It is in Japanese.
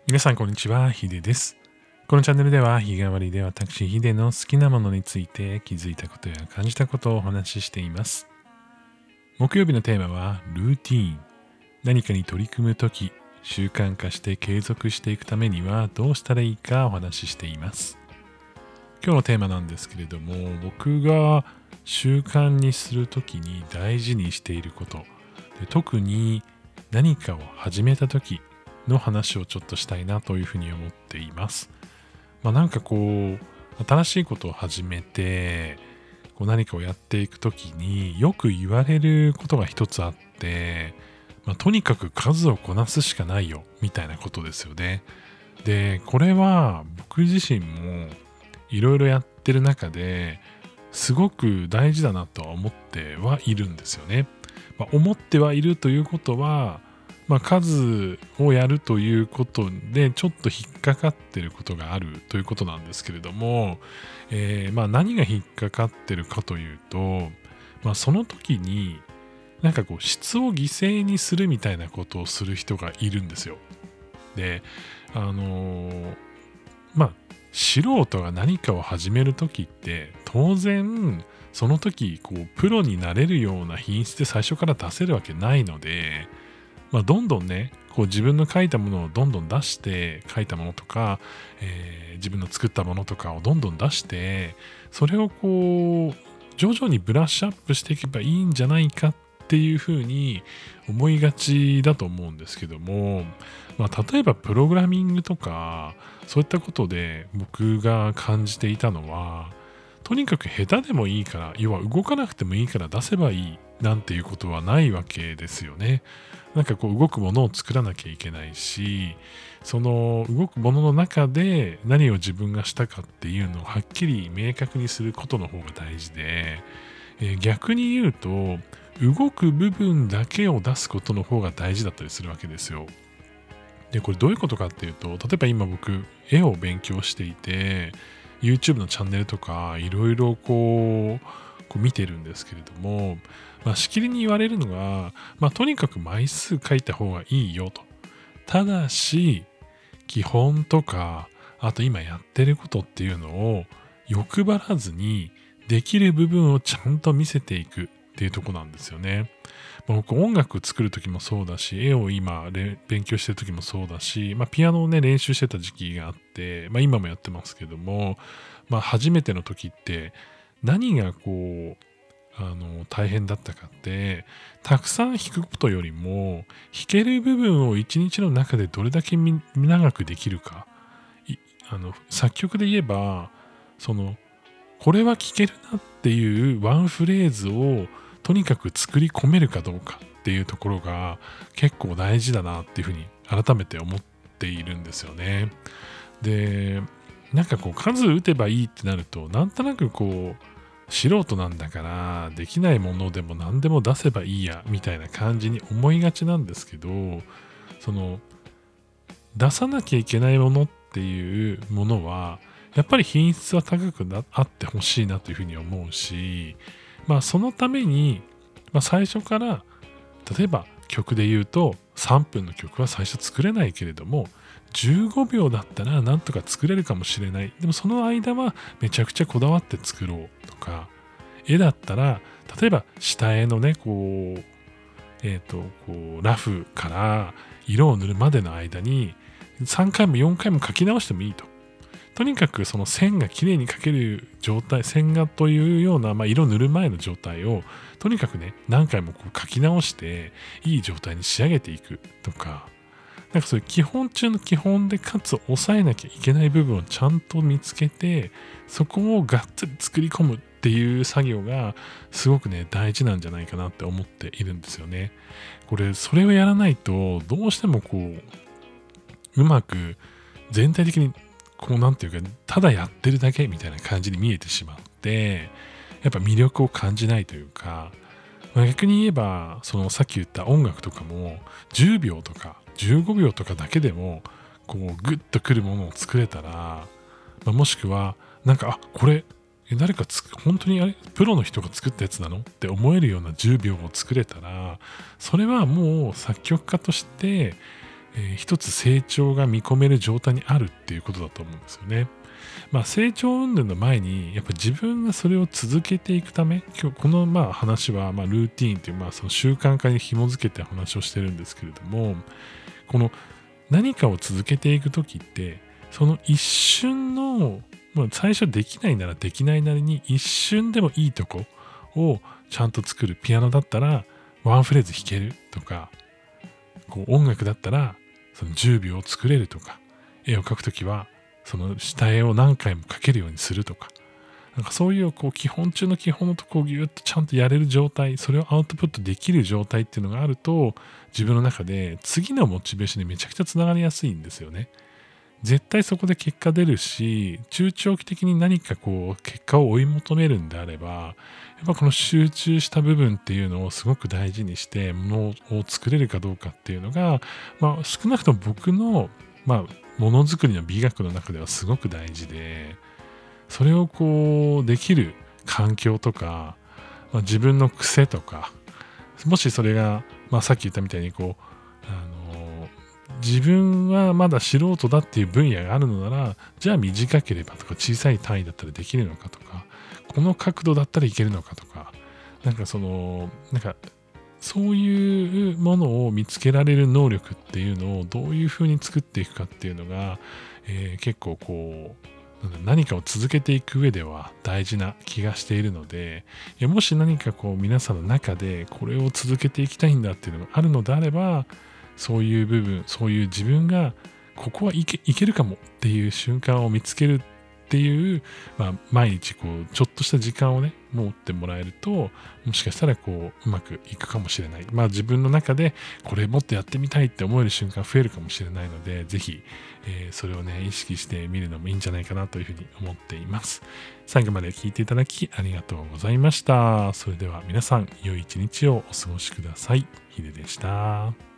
皆さんこんにちは、ヒデです。このチャンネルでは日替わりで私ヒデの好きなものについて気づいたことや感じたことをお話ししています。木曜日のテーマはルーティーン。何かに取り組むとき、習慣化して継続していくためにはどうしたらいいかお話ししています。今日のテーマなんですけれども、僕が習慣にするときに大事にしていることで、特に何かを始めたときの話をちょっとしたいなというふうに思っています。なんか新しいことを始めて、何かをやっていくときによく言われることが一つあって、とにかく数をこなすしかないよ、みたいなことですよね。で、これは僕自身もいろいろやってる中ですごく大事だなとは思ってはいるんですよね。思ってはいるということは、数をやるということでちょっと引っかかってることがあるということなんですけれども、何が引っかかってるかというと、その時に質を犠牲にするみたいなことをする人がいるんですよ。で、あのーまあ素人が何かを始めるときって当然その時プロになれるような品質で最初から出せるわけないので、どんどんね自分の書いたものをどんどん出して書いたものとか、自分の作ったものとかをどんどん出してそれを徐々にブラッシュアップしていけばいいんじゃないかっていうふうに思いがちだと思うんですけども、例えばプログラミングとかそういったことで僕が感じていたのは、とにかく下手でもいいから、要は動かなくてもいいから出せばいいなんていうことはないわけですよね。動くものを作らなきゃいけないし、その動くものの中で何を自分がしたかっていうのをはっきり明確にすることの方が大事で、逆に言うと動く部分だけを出すことの方が大事だったりするわけですよ。で、これどういうことかっていうと、例えば今僕絵を勉強していて YouTube のチャンネルとかいろいろ見てるんですけれども、しきりに言われるのが、とにかく枚数書いた方がいいよと。ただし基本とか、あと今やってることっていうのを欲張らずにできる部分をちゃんと見せていくっていうとこなんですよね。僕音楽作る時もそうだし、絵を今勉強してる時もそうだし、ピアノをね練習してた時期があって、今もやってますけども、初めての時って何が大変だったかって、たくさん弾くことよりも弾ける部分を一日の中でどれだけ長くできるか。作曲で言えばこれは聴けるなっていうワンフレーズをとにかく作り込めるかどうかっていうところが結構大事だなっていうふうに改めて思っているんですよね。で、数打てばいいってなると、なんとなく素人なんだからできないものでも何でも出せばいいやみたいな感じに思いがちなんですけど、その出さなきゃいけないものっていうものはやっぱり品質は高くあってほしいなというふうに思うし、そのために、最初から例えば曲で言うと3分の曲は最初作れないけれども15秒だったらなんとか作れるかもしれない。でもその間はめちゃくちゃこだわって作ろうとか、絵だったら例えば下絵のねラフから色を塗るまでの間に3回も4回も描き直してもいいと。とにかくその線がきれいに描ける状態、線画というような、色塗る前の状態をとにかくね何回も描き直していい状態に仕上げていくとか、そういう基本中の基本でかつ抑えなきゃいけない部分をちゃんと見つけて、そこをがっつり作り込むっていう作業がすごくね大事なんじゃないかなって思っているんですよね。それをやらないとどうしてもうまく全体的になんていうかただやってるだけみたいな感じに見えてしまって、やっぱ魅力を感じないというか、逆に言えばさっき言った音楽とかも10秒とか15秒とかだけでもグッとくるものを作れたら、もしくはこれ誰か本当にプロの人が作ったやつなのって思えるような10秒を作れたら、それはもう作曲家として一つ成長が見込める状態にあるっていうことだと思うんですよね。成長云々の前に、やっぱ自分がそれを続けていくため、今日この話はルーティーンというその習慣化に紐づけて話をしてるんですけれども、この何かを続けていくときって、その一瞬の、最初できないならできないなりに一瞬でもいいとこをちゃんと作る。ピアノだったらワンフレーズ弾けるとか、音楽だったらその10秒を作れるとか、絵を描くときはその下絵を何回も描けるようにするとか、なんかそういう基本中の基本のとこをギュッとちゃんとやれる状態、それをアウトプットできる状態っていうのがあると、自分の中で次のモチベーションにめちゃくちゃつながりやすいんですよね。絶対そこで結果出るし、中長期的に何か結果を追い求めるんであれば、やっぱこの集中した部分っていうのをすごく大事にしてものを作れるかどうかっていうのが、少なくとも僕の、ものづくりの美学の中ではすごく大事で、それをできる環境とか、自分の癖とか、もしそれが、さっき言ったみたいに自分はまだ素人だっていう分野があるのなら、じゃあ短ければとか小さい単位だったらできるのかとか、この角度だったらいけるのかとか、そういうものを見つけられる能力っていうのをどういうふうに作っていくかっていうのが、結構何かを続けていく上では大事な気がしているので、もし何か皆さんの中でこれを続けていきたいんだっていうのがあるのであれば、そういう部分、そういう自分がここはいけるかもっていう瞬間を見つけるっていう、毎日ちょっとした時間をね、持ってもらえると、もしかしたらうまくいくかもしれない。自分の中でこれもっとやってみたいって思える瞬間増えるかもしれないので、ぜひ、それをね、意識してみるのもいいんじゃないかなというふうに思っています。最後まで聞いていただきありがとうございました。それでは皆さん、良い一日をお過ごしください。ヒデでした。